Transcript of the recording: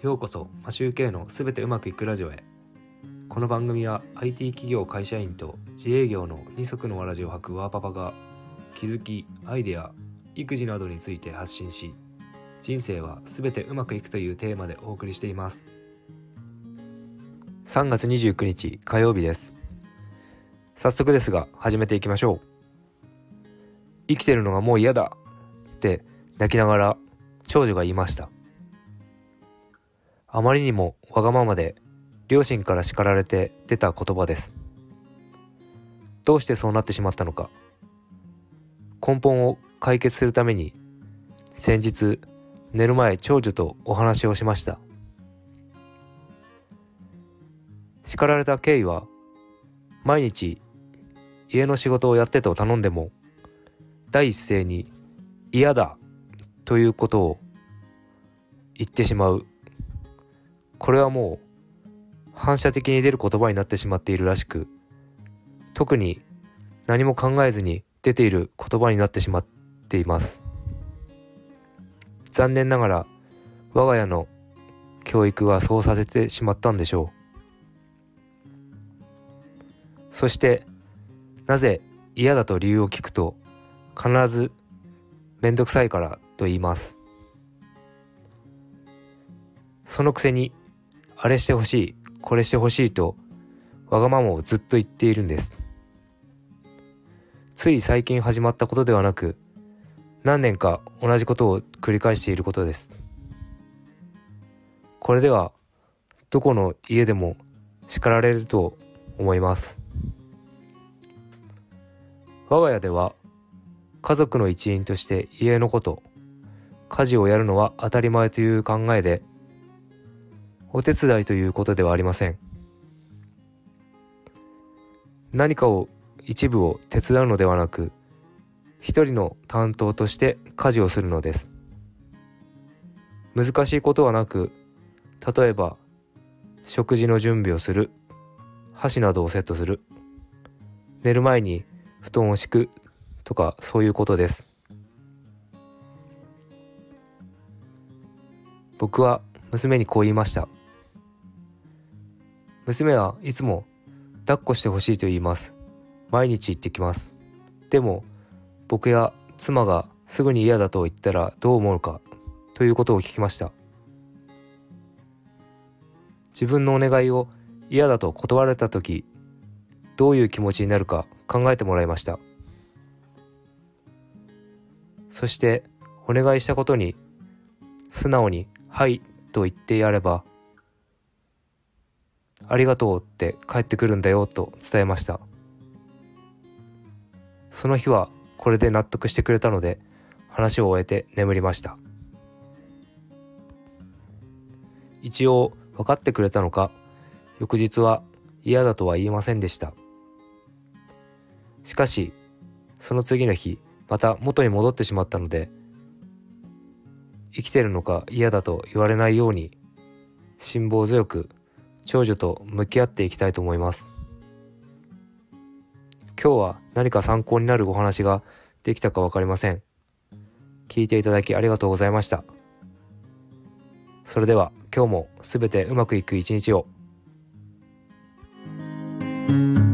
ようこそマシューケイのすべてうまくいくラジオへ。この番組は IT 企業会社員と自営業の二足のわらじを履くワーパパが気づき、アイデア、育児などについて発信し、人生はすべてうまくいくというテーマでお送りしています。3月29日火曜日です。早速ですが始めていきましょう。生きてるのがもう嫌だって泣きながら長女が言いました。あまりにもわがままで両親から叱られて出た言葉です。どうしてそうなってしまったのか、根本を解決するために先日寝る前長女とお話をしました。叱られた経緯は、毎日家の仕事をやってと頼んでも第一声に嫌だということを言ってしまう。これはもう反射的に出る言葉になってしまっているらしく、特に何も考えずに出ている言葉になってしまっています。残念ながら我が家の教育はそうさせてしまったんでしょう。そしてなぜ嫌だと理由を聞くと、必ずめんどくさいからと言います。そのくせにあれしてほしい、これしてほしいとわがままをずっと言っているんです。つい最近始まったことではなく、何年か同じことを繰り返していることです。これではどこの家でも叱られると思います。我が家では家族の一員として家のこと、家事をやるのは当たり前という考えで、お手伝いということではありません。何かを一部を手伝うのではなく、一人の担当として家事をするのです。難しいことはなく、例えば食事の準備をする、箸などをセットする、寝る前に布団を敷くとか、そういうことです。僕は娘にこう言いました。娘はいつも抱っこしてほしいと言います。毎日言ってきます。でも僕や妻がすぐに嫌だと言ったらどう思うかということを聞きました。自分のお願いを嫌だと断られたとき、どういう気持ちになるか考えてもらいました。そしてお願いしたことに素直にはいと言ってやれば、ありがとうって返ってくるんだよと伝えました。その日はこれで納得してくれたので、話を終えて眠りました。一応分かってくれたのか、翌日は嫌だとは言いませんでした。しかしその次の日また元に戻ってしまったので、生きてるのか嫌だと言われないように辛抱強く長女と向き合っていきたいと思います。今日は何か参考になるお話ができたか分かりません。聞いていただきありがとうございました。それでは今日もすべてうまくいく一日を。